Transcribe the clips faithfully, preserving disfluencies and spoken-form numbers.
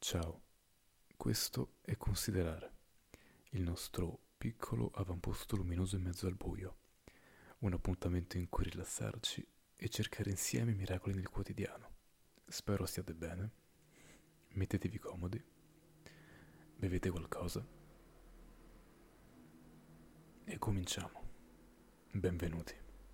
Ciao, questo è Considerare, il nostro piccolo avamposto luminoso in mezzo al buio, un appuntamento in cui rilassarci e cercare insieme i miracoli nel quotidiano. Spero stiate bene, mettetevi comodi, bevete qualcosa e cominciamo. Benvenuti.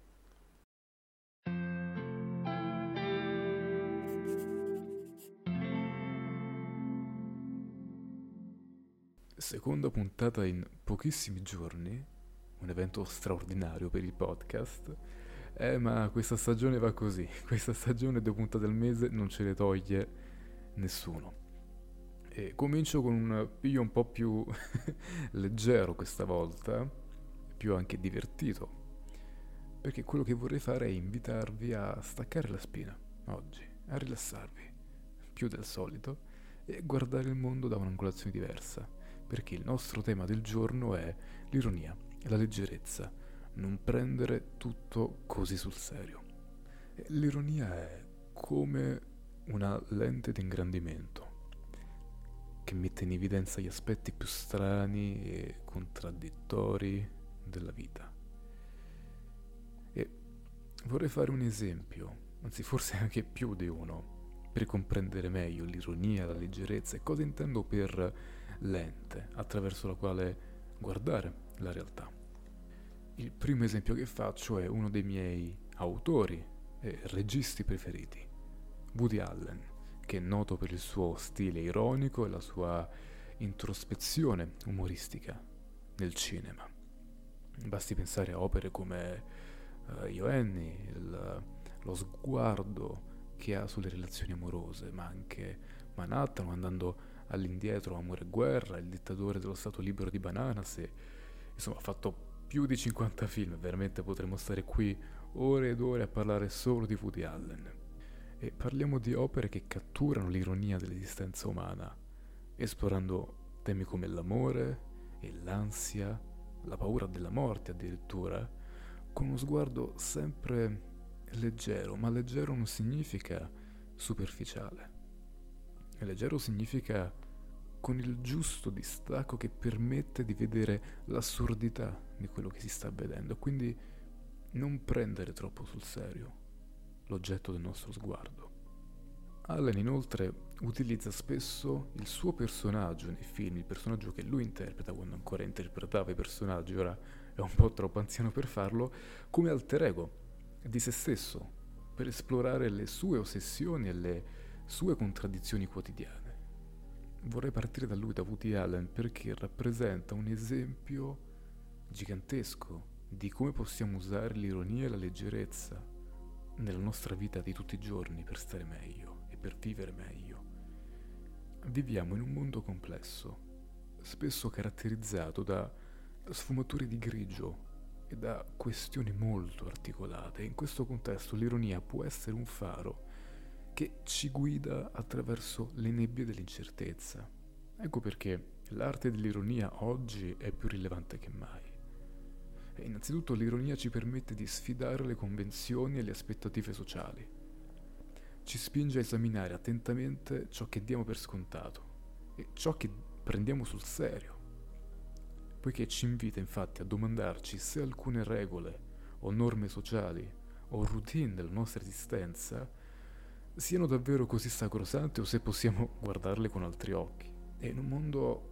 Seconda puntata in pochissimi giorni, un evento straordinario per il podcast. Eh, ma questa stagione va così, questa stagione due puntate al mese non ce le toglie nessuno. E comincio con un piglio un po' più leggero questa volta, più anche divertito, perché quello che vorrei fare è invitarvi a staccare la spina oggi, a rilassarvi più del solito e guardare il mondo da un'angolazione diversa, perché il nostro tema del giorno è l'ironia, la leggerezza, non prendere tutto così sul serio. E l'ironia è come una lente di ingrandimento che mette in evidenza gli aspetti più strani e contraddittori della vita. E vorrei fare un esempio, anzi forse anche più di uno, per comprendere meglio l'ironia, la leggerezza e cosa intendo per lente attraverso la quale guardare la realtà. Il primo esempio che faccio è uno dei miei autori e registi preferiti, Woody Allen, che è noto per il suo stile ironico e la sua introspezione umoristica nel cinema. Basti pensare a opere come uh, Io Annie, il, lo sguardo che ha sulle relazioni amorose, ma anche Manhattan, andando all'indietro, Amore e guerra, Il dittatore dello Stato libero di Bananas, e, insomma ha fatto più di cinquanta film, veramente potremmo stare qui ore ed ore a parlare solo di Woody Allen. E parliamo di opere che catturano l'ironia dell'esistenza umana, esplorando temi come l'amore e l'ansia, la paura della morte addirittura, con uno sguardo sempre leggero, ma leggero non significa superficiale. E leggero significa con il giusto distacco che permette di vedere l'assurdità di quello che si sta vedendo, quindi non prendere troppo sul serio l'oggetto del nostro sguardo. Allen inoltre utilizza spesso il suo personaggio nei film, il personaggio che lui interpreta quando ancora interpretava i personaggi, ora è un po' troppo anziano per farlo, come alter ego di se stesso, per esplorare le sue ossessioni e le sue contraddizioni quotidiane. Vorrei partire da lui, da Woody Allen, perché rappresenta un esempio gigantesco di come possiamo usare l'ironia e la leggerezza nella nostra vita di tutti i giorni per stare meglio e per vivere meglio. Viviamo in un mondo complesso, spesso caratterizzato da sfumature di grigio e da questioni molto articolate. In questo contesto l'ironia può essere un faro che ci guida attraverso le nebbie dell'incertezza. Ecco perché l'arte dell'ironia oggi è più rilevante che mai. E innanzitutto l'ironia ci permette di sfidare le convenzioni e le aspettative sociali. Ci spinge a esaminare attentamente ciò che diamo per scontato e ciò che prendiamo sul serio, poiché ci invita infatti a domandarci se alcune regole o norme sociali o routine della nostra esistenza siano davvero così sacrosante o se possiamo guardarle con altri occhi. E in un mondo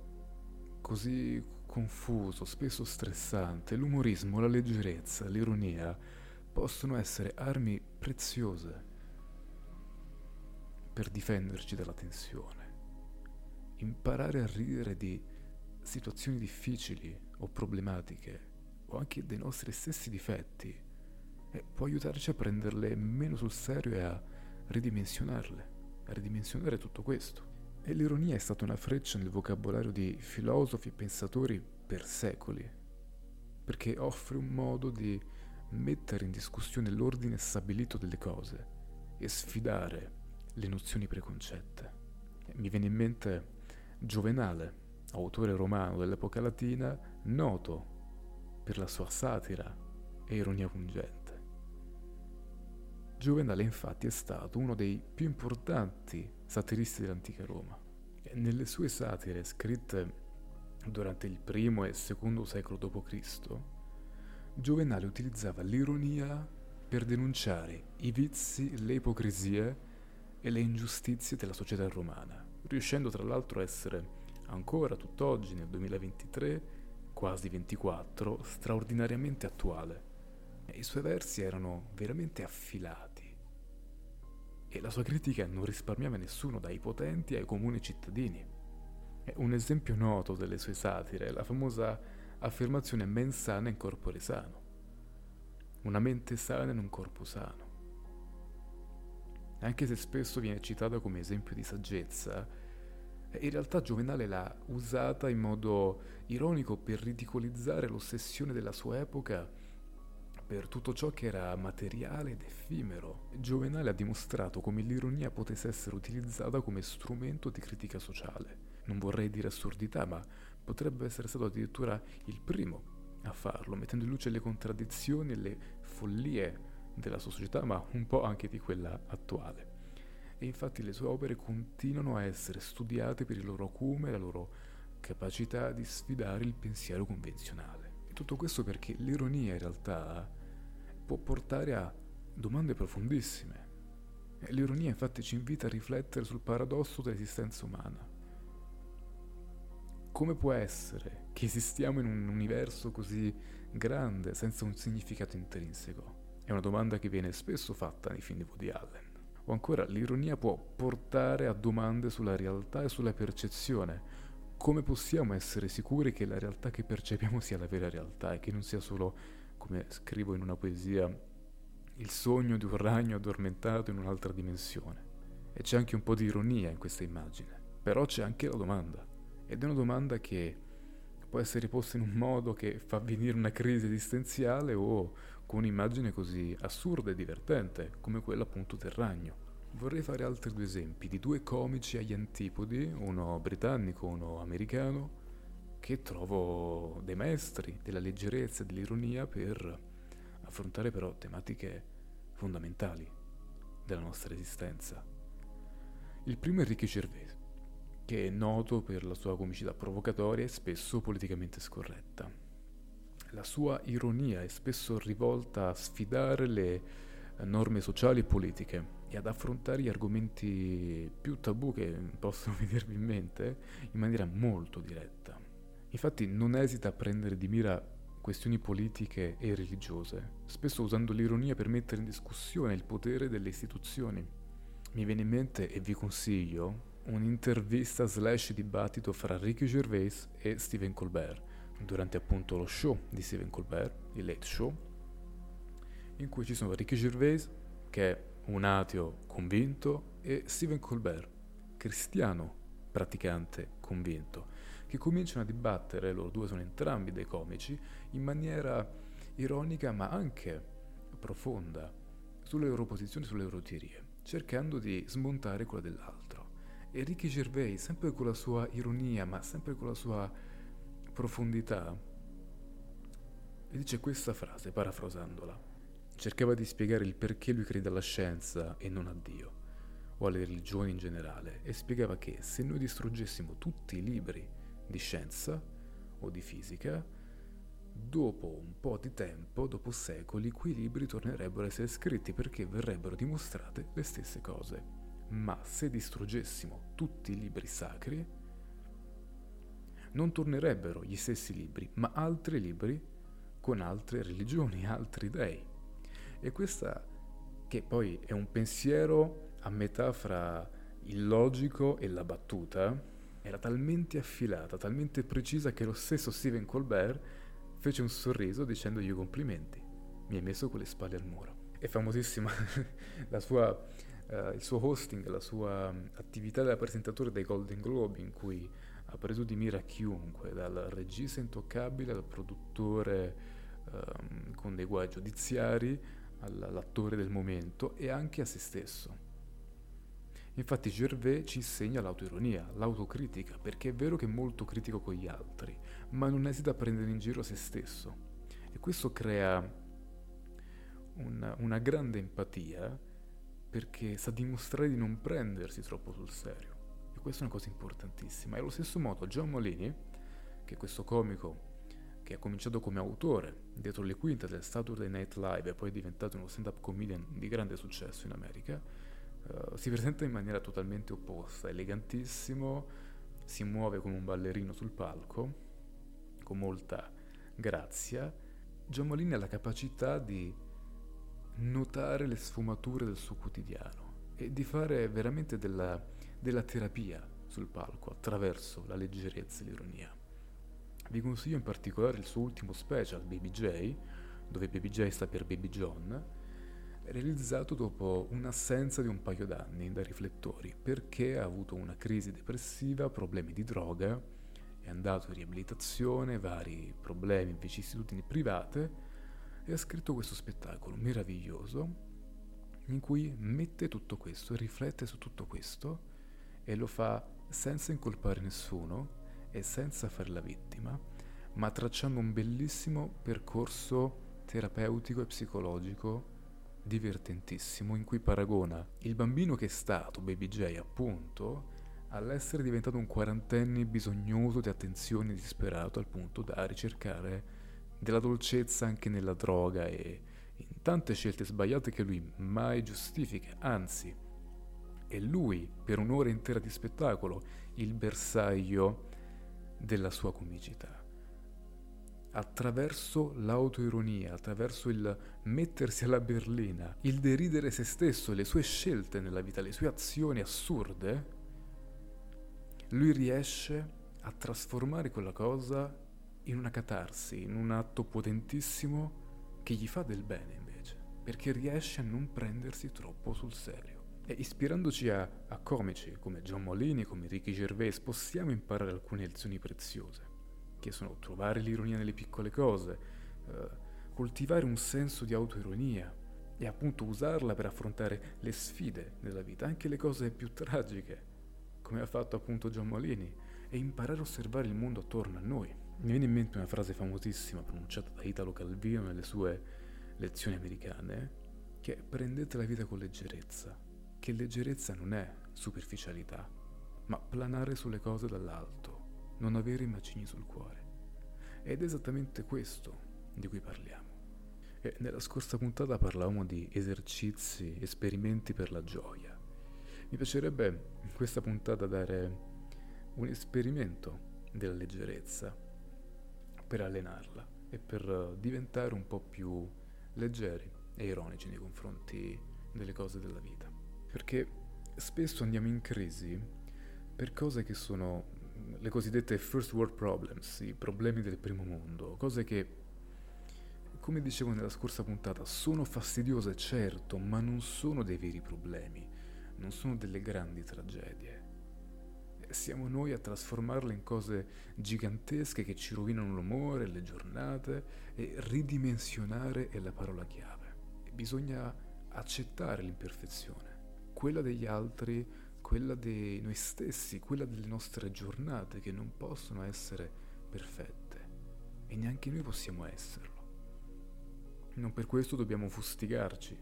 così confuso, spesso stressante, l'umorismo, la leggerezza, l'ironia possono essere armi preziose per difenderci dalla tensione. Imparare a ridere di situazioni difficili o problematiche o anche dei nostri stessi difetti eh, può aiutarci a prenderle meno sul serio e a ridimensionarle, a ridimensionare tutto questo. E l'ironia è stata una freccia nel vocabolario di filosofi e pensatori per secoli, perché offre un modo di mettere in discussione l'ordine stabilito delle cose e sfidare le nozioni preconcette. Mi viene in mente Giovenale, autore romano dell'epoca latina, noto per la sua satira e ironia pungente. Giovenale infatti è stato uno dei più importanti satiristi dell'antica Roma Nelle sue satire scritte durante il primo e il secondo secolo dopo Cristo, Giovenale utilizzava l'ironia per denunciare i vizi, le ipocrisie e le ingiustizie della società romana, riuscendo tra l'altro a essere ancora tutt'oggi nel duemilaventitré, quasi ventiquattro, straordinariamente attuale. E i suoi versi erano veramente affilati e la sua critica non risparmiava nessuno, dai potenti ai comuni cittadini. E un esempio noto delle sue satire è la famosa affermazione mens sana in corpore sano. Una mente sana in un corpo sano. Anche se spesso viene citata come esempio di saggezza, in realtà Giovenale l'ha usata in modo ironico per ridicolizzare l'ossessione della sua epoca per tutto ciò che era materiale ed effimero. Giovenale ha dimostrato come l'ironia potesse essere utilizzata come strumento di critica sociale. Non vorrei dire assurdità, ma potrebbe essere stato addirittura il primo a farlo, mettendo in luce le contraddizioni e le follie della sua società, ma un po' anche di quella attuale. E infatti le sue opere continuano a essere studiate per il loro acume e la loro capacità di sfidare il pensiero convenzionale. E tutto questo perché l'ironia in realtà può portare a domande profondissime. E l'ironia infatti ci invita a riflettere sul paradosso dell'esistenza umana. Come può essere che esistiamo in un universo così grande senza un significato intrinseco? È una domanda che viene spesso fatta nei film di Woody Allen. O ancora, l'ironia può portare a domande sulla realtà e sulla percezione. Come possiamo essere sicuri che la realtà che percepiamo sia la vera realtà e che non sia solo, come scrivo in una poesia, il sogno di un ragno addormentato in un'altra dimensione? E c'è anche un po' di ironia in questa immagine. Però c'è anche la domanda. Ed è una domanda che può essere posta in un modo che fa venire una crisi esistenziale o con un'immagine così assurda e divertente, come quella appunto del ragno. Vorrei fare altri due esempi di due comici agli antipodi, uno britannico e uno americano, che trovo dei maestri della leggerezza e dell'ironia per affrontare però tematiche fondamentali della nostra esistenza. Il primo è Ricky Gervais, che è noto per la sua comicità provocatoria e spesso politicamente scorretta. La sua ironia è spesso rivolta a sfidare le norme sociali e politiche e ad affrontare gli argomenti più tabù che possono venirvi in mente in maniera molto diretta. Infatti non esita a prendere di mira questioni politiche e religiose, spesso usando l'ironia per mettere in discussione il potere delle istituzioni. Mi viene in mente, e vi consiglio, un'intervista slash dibattito fra Ricky Gervais e Stephen Colbert durante appunto lo show di Stephen Colbert, il Late Show, in cui ci sono Ricky Gervais, che è un ateo convinto, e Stephen Colbert, cristiano praticante convinto, che cominciano a dibattere, loro due sono entrambi dei comici, in maniera ironica ma anche profonda sulle loro posizioni, sulle loro teorie, cercando di smontare quella dell'altro. E Ricky Gervais, sempre con la sua ironia, ma sempre con la sua profondità, e dice questa frase, parafrasandola. Cercava di spiegare il perché lui crede alla scienza e non a Dio, o alle religioni in generale, e spiegava che se noi distruggessimo tutti i libri di scienza o di fisica, dopo un po' di tempo, dopo secoli, quei libri tornerebbero a essere scritti perché verrebbero dimostrate le stesse cose. Ma se distruggessimo tutti i libri sacri, non tornerebbero gli stessi libri, ma altri libri con altre religioni, altri dei. E questa, che poi è un pensiero a metà fra il logico e la battuta, era talmente affilata, talmente precisa che lo stesso Stephen Colbert fece un sorriso dicendogli complimenti, mi hai messo con le spalle al muro. È famosissima la sua... Uh, il suo hosting, la sua um, attività da presentatore dei Golden Globe, in cui ha preso di mira chiunque, dal regista intoccabile al produttore um, con dei guai giudiziari, all'attore del momento e anche a se stesso. Infatti Gervais ci insegna l'autoironia, l'autocritica, perché è vero che è molto critico con gli altri, ma non esita a prendere in giro se stesso. E questo crea una, una grande empatia, perché sa dimostrare di non prendersi troppo sul serio. E questa è una cosa importantissima. E allo stesso modo John Mulaney, che è questo comico che ha cominciato come autore dietro le quinte del Saturday Night Live e poi è diventato uno stand-up comedian di grande successo in America, uh, si presenta in maniera totalmente opposta, elegantissimo, si muove come un ballerino sul palco, con molta grazia. John Mulaney ha la capacità di notare le sfumature del suo quotidiano e di fare veramente della, della terapia sul palco attraverso la leggerezza e l'ironia. Vi consiglio in particolare il suo ultimo special, Baby J, dove Baby J sta per Baby John, realizzato dopo un'assenza di un paio d'anni dai riflettori, perché ha avuto una crisi depressiva, problemi di droga, è andato in riabilitazione, vari problemi, vicissitudini private, e ha scritto questo spettacolo meraviglioso in cui mette tutto questo, riflette su tutto questo e lo fa senza incolpare nessuno e senza fare la vittima, ma tracciando un bellissimo percorso terapeutico e psicologico divertentissimo in cui paragona il bambino che è stato, Baby J appunto, all'essere diventato un quarantenne bisognoso di attenzione disperato al punto da ricercare della dolcezza anche nella droga e in tante scelte sbagliate che lui mai giustifica, anzi è lui per un'ora intera di spettacolo il bersaglio della sua comicità. Attraverso l'autoironia, attraverso il mettersi alla berlina, il deridere se stesso e le sue scelte nella vita, le sue azioni assurde, lui riesce a trasformare quella cosa in una catarsi, in un atto potentissimo che gli fa del bene invece, perché riesce a non prendersi troppo sul serio. E ispirandoci a, a comici come John Mulaney, come Ricky Gervais, possiamo imparare alcune lezioni preziose, che sono trovare l'ironia nelle piccole cose, eh, coltivare un senso di autoironia e appunto usarla per affrontare le sfide della vita, anche le cose più tragiche, come ha fatto appunto John Mulaney, e imparare a osservare il mondo attorno a noi. Mi viene in mente una frase famosissima pronunciata da Italo Calvino nelle sue lezioni americane, che è: prendete la vita con leggerezza, che leggerezza non è superficialità, ma planare sulle cose dall'alto, non avere macigni sul cuore. Ed è esattamente questo di cui parliamo. E nella scorsa puntata parlavamo di esercizi, esperimenti per la gioia. Mi piacerebbe in questa puntata dare un esperimento della leggerezza per allenarla e per diventare un po' più leggeri e ironici nei confronti delle cose della vita. Perché spesso andiamo in crisi per cose che sono le cosiddette first world problems, i problemi del primo mondo, cose che, come dicevo nella scorsa puntata, sono fastidiose certo, ma non sono dei veri problemi, non sono delle grandi tragedie. Siamo noi a trasformarle in cose gigantesche che ci rovinano l'umore, le giornate, e ridimensionare è la parola chiave. E bisogna accettare l'imperfezione, quella degli altri, quella di noi stessi, quella delle nostre giornate che non possono essere perfette e neanche noi possiamo esserlo. Non per questo dobbiamo fustigarci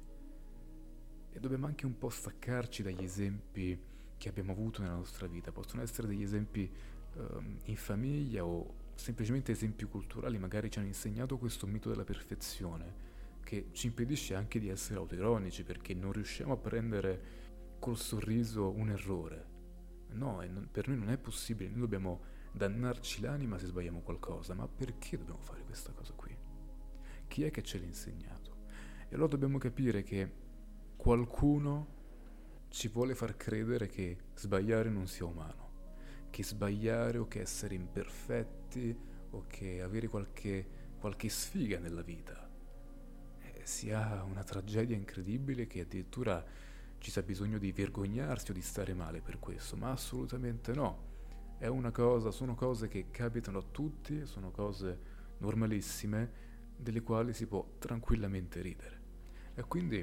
e dobbiamo anche un po' staccarci dagli esempi che abbiamo avuto nella nostra vita. Possono essere degli esempi um, in famiglia o semplicemente esempi culturali, magari ci hanno insegnato questo mito della perfezione che ci impedisce anche di essere autoironici perché non riusciamo a prendere col sorriso un errore. No, e non, per noi non è possibile, noi dobbiamo dannarci l'anima se sbagliamo qualcosa, ma perché dobbiamo fare questa cosa qui? Chi è che ce l'ha insegnato? E allora dobbiamo capire che qualcuno ci vuole far credere che sbagliare non sia umano, che sbagliare o che essere imperfetti o che avere qualche, qualche sfiga nella vita eh, sia una tragedia incredibile, che addirittura ci sia bisogno di vergognarsi o di stare male per questo, ma assolutamente no. È una cosa, sono cose che capitano a tutti, sono cose normalissime delle quali si può tranquillamente ridere. E quindi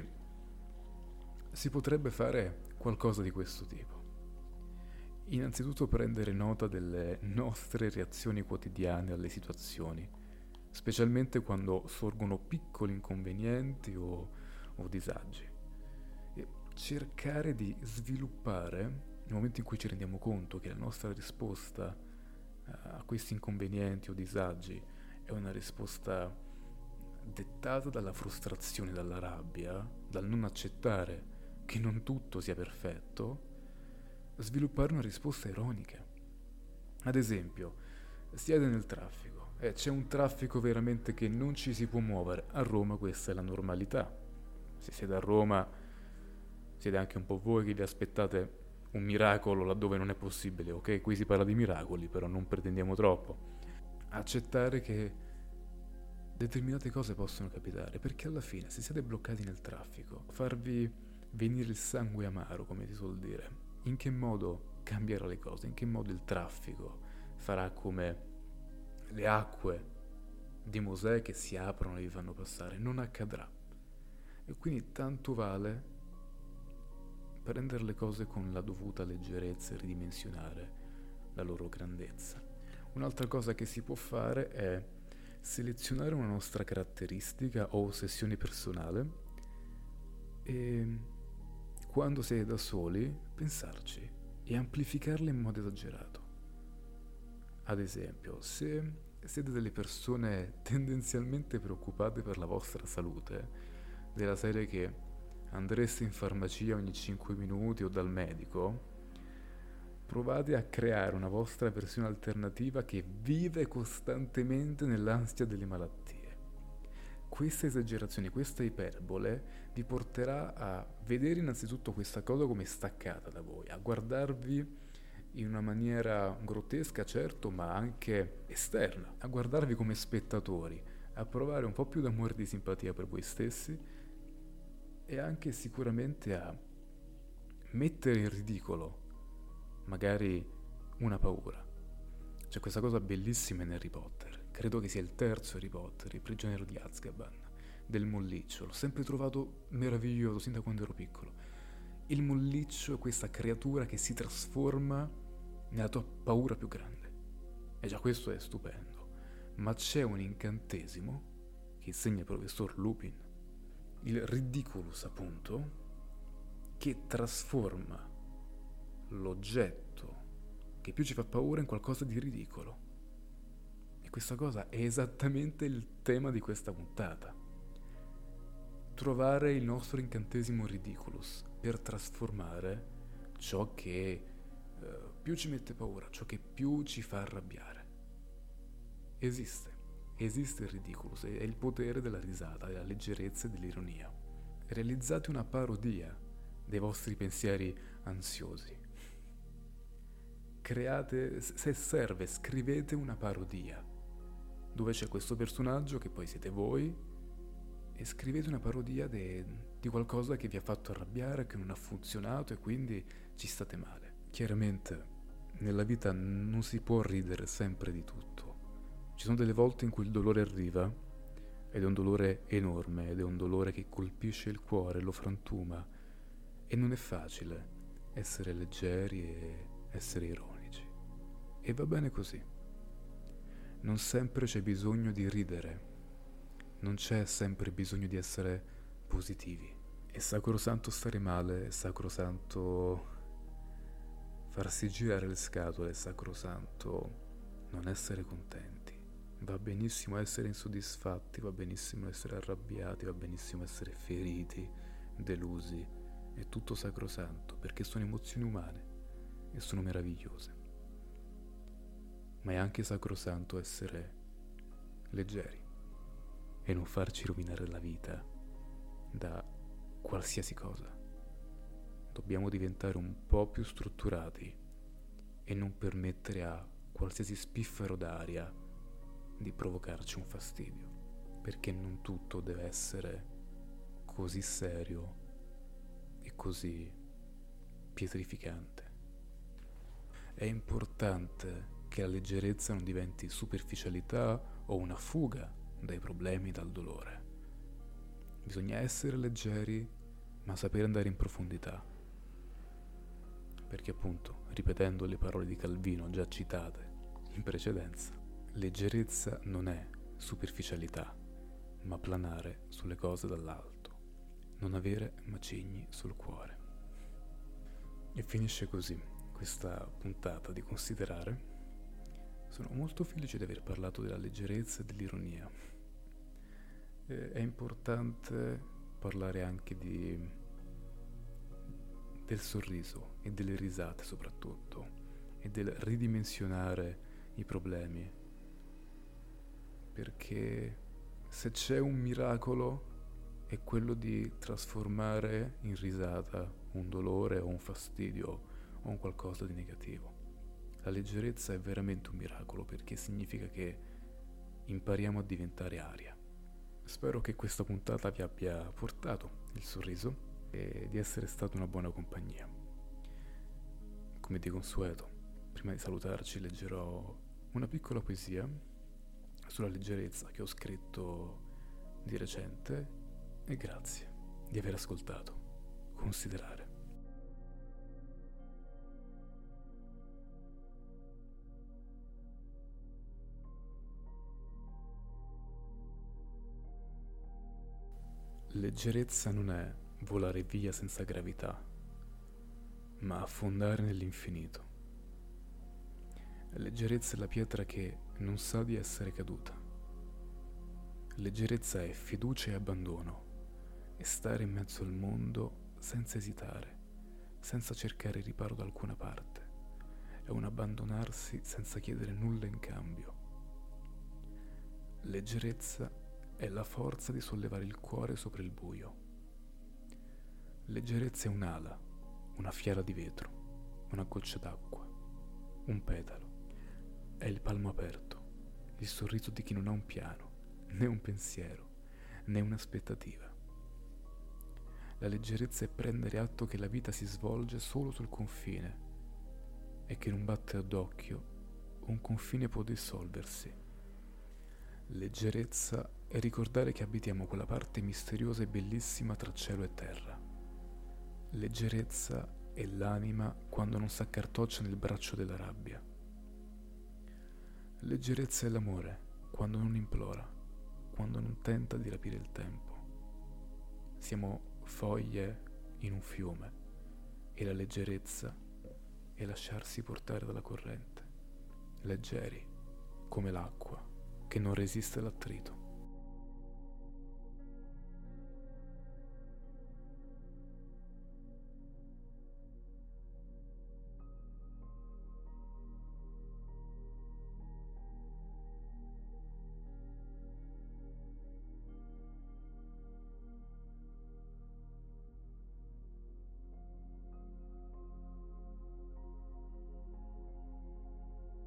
si potrebbe fare qualcosa di questo tipo. Innanzitutto prendere nota delle nostre reazioni quotidiane alle situazioni, specialmente quando sorgono piccoli inconvenienti o, o disagi. E cercare di sviluppare nel momento in cui ci rendiamo conto che la nostra risposta eh, a questi inconvenienti o disagi è una risposta dettata dalla frustrazione, dalla rabbia, dal non accettare che non tutto sia perfetto, sviluppare una risposta ironica. Ad esempio, siete nel traffico e c'è un traffico veramente che non ci si può muovere. A Roma questa è la normalità. Se siete a Roma, siete anche un po' voi che vi aspettate un miracolo laddove non è possibile, ok? Qui si parla di miracoli, però non pretendiamo troppo. Accettare che determinate cose possono capitare, perché alla fine, se siete bloccati nel traffico, farvi venire il sangue amaro, come si suol dire, in che modo cambierà le cose? In che modo il traffico farà come le acque di Mosè che si aprono e vi fanno passare? Non accadrà. E quindi tanto vale prendere le cose con la dovuta leggerezza e ridimensionare la loro grandezza. Un'altra cosa che si può fare è selezionare una nostra caratteristica o ossessione personale e quando siete da soli pensarci e amplificarla in modo esagerato. Ad esempio, se siete delle persone tendenzialmente preoccupate per la vostra salute, della serie che andreste in farmacia ogni cinque minuti o dal medico, provate a creare una vostra versione alternativa che vive costantemente nell'ansia delle malattie. Questa esagerazione, questa iperbole vi porterà a vedere innanzitutto questa cosa come staccata da voi, a guardarvi in una maniera grottesca, certo, ma anche esterna, a guardarvi come spettatori, a provare un po' più d'amore e di simpatia per voi stessi e anche sicuramente a mettere in ridicolo magari una paura. C'è questa cosa bellissima in Harry Potter, credo che sia il terzo Harry Potter, il prigioniero di Azkaban, del molliccio. L'ho sempre trovato meraviglioso sin da quando ero piccolo. Il molliccio è questa creatura che si trasforma nella tua paura più grande. E già questo è stupendo. Ma c'è un incantesimo che insegna il professor Lupin, il Ridiculus appunto, che trasforma l'oggetto che più ci fa paura in qualcosa di ridicolo. E questa cosa è esattamente il tema di questa puntata. Trovare il nostro incantesimo Ridiculus per trasformare ciò che eh, più ci mette paura, ciò che più ci fa arrabbiare. Esiste, esiste il Ridiculus, è il potere della risata, della leggerezza e dell'ironia. Realizzate una parodia dei vostri pensieri ansiosi. Create, se serve, scrivete una parodia dove c'è questo personaggio che poi siete voi e scrivete una parodia de, di qualcosa che vi ha fatto arrabbiare, che non ha funzionato e quindi ci state male. Chiaramente nella vita non si può ridere sempre di tutto. Ci sono delle volte in cui il dolore arriva ed è un dolore enorme ed è un dolore che colpisce il cuore, lo frantuma e non è facile essere leggeri e essere ironici. E va bene così. Non sempre c'è bisogno di ridere, non c'è sempre bisogno di essere positivi. È sacrosanto stare male, è sacrosanto farsi girare le scatole, è sacrosanto non essere contenti. Va benissimo essere insoddisfatti, va benissimo essere arrabbiati, va benissimo essere feriti, delusi. È tutto sacrosanto perché sono emozioni umane e sono meravigliose. Ma è anche sacrosanto essere leggeri e non farci rovinare la vita da qualsiasi cosa. Dobbiamo diventare un po' più strutturati e non permettere a qualsiasi spiffero d'aria di provocarci un fastidio, perché non tutto deve essere così serio e così pietrificante. È importante che la leggerezza non diventi superficialità o una fuga dai problemi, dal dolore. Bisogna essere leggeri, ma sapere andare in profondità. Perché appunto, ripetendo le parole di Calvino già citate in precedenza, leggerezza non è superficialità, ma planare sulle cose dall'alto, non avere macigni sul cuore. E finisce così. questa puntata di considerare. Sono molto felice di aver parlato della leggerezza e dell'ironia. Eh, è importante parlare anche di, del sorriso e delle risate soprattutto, e del ridimensionare i problemi, perché se c'è un miracolo è quello di trasformare in risata un dolore o un fastidio o un qualcosa di negativo. La leggerezza è veramente un miracolo perché significa che impariamo a diventare aria. Spero che questa puntata vi abbia portato il sorriso e di essere stata una buona compagnia. Come di consueto, prima di salutarci leggerò una piccola poesia sulla leggerezza che ho scritto di recente e grazie di aver ascoltato. Considerare. Leggerezza non è volare via senza gravità, ma affondare nell'infinito. Leggerezza è la pietra che non sa di essere caduta. Leggerezza è fiducia e abbandono, e stare in mezzo al mondo senza esitare, senza cercare riparo da alcuna parte. È un abbandonarsi senza chiedere nulla in cambio. Leggerezza è la forza di sollevare il cuore sopra il buio. Leggerezza è un'ala, una fiala di vetro, una goccia d'acqua, un petalo. È il palmo aperto, il sorriso di chi non ha un piano, né un pensiero, né un'aspettativa. La leggerezza è prendere atto che la vita si svolge solo sul confine e che in un batter d'occhio un confine può dissolversi. Leggerezza è ricordare che abitiamo quella parte misteriosa e bellissima tra cielo e terra. Leggerezza è l'anima quando non s'accartoccia nel braccio della rabbia. Leggerezza è l'amore quando non implora, quando non tenta di rapire il tempo. Siamo foglie in un fiume e la leggerezza è lasciarsi portare dalla corrente, leggeri come l'acqua che non resiste all'attrito.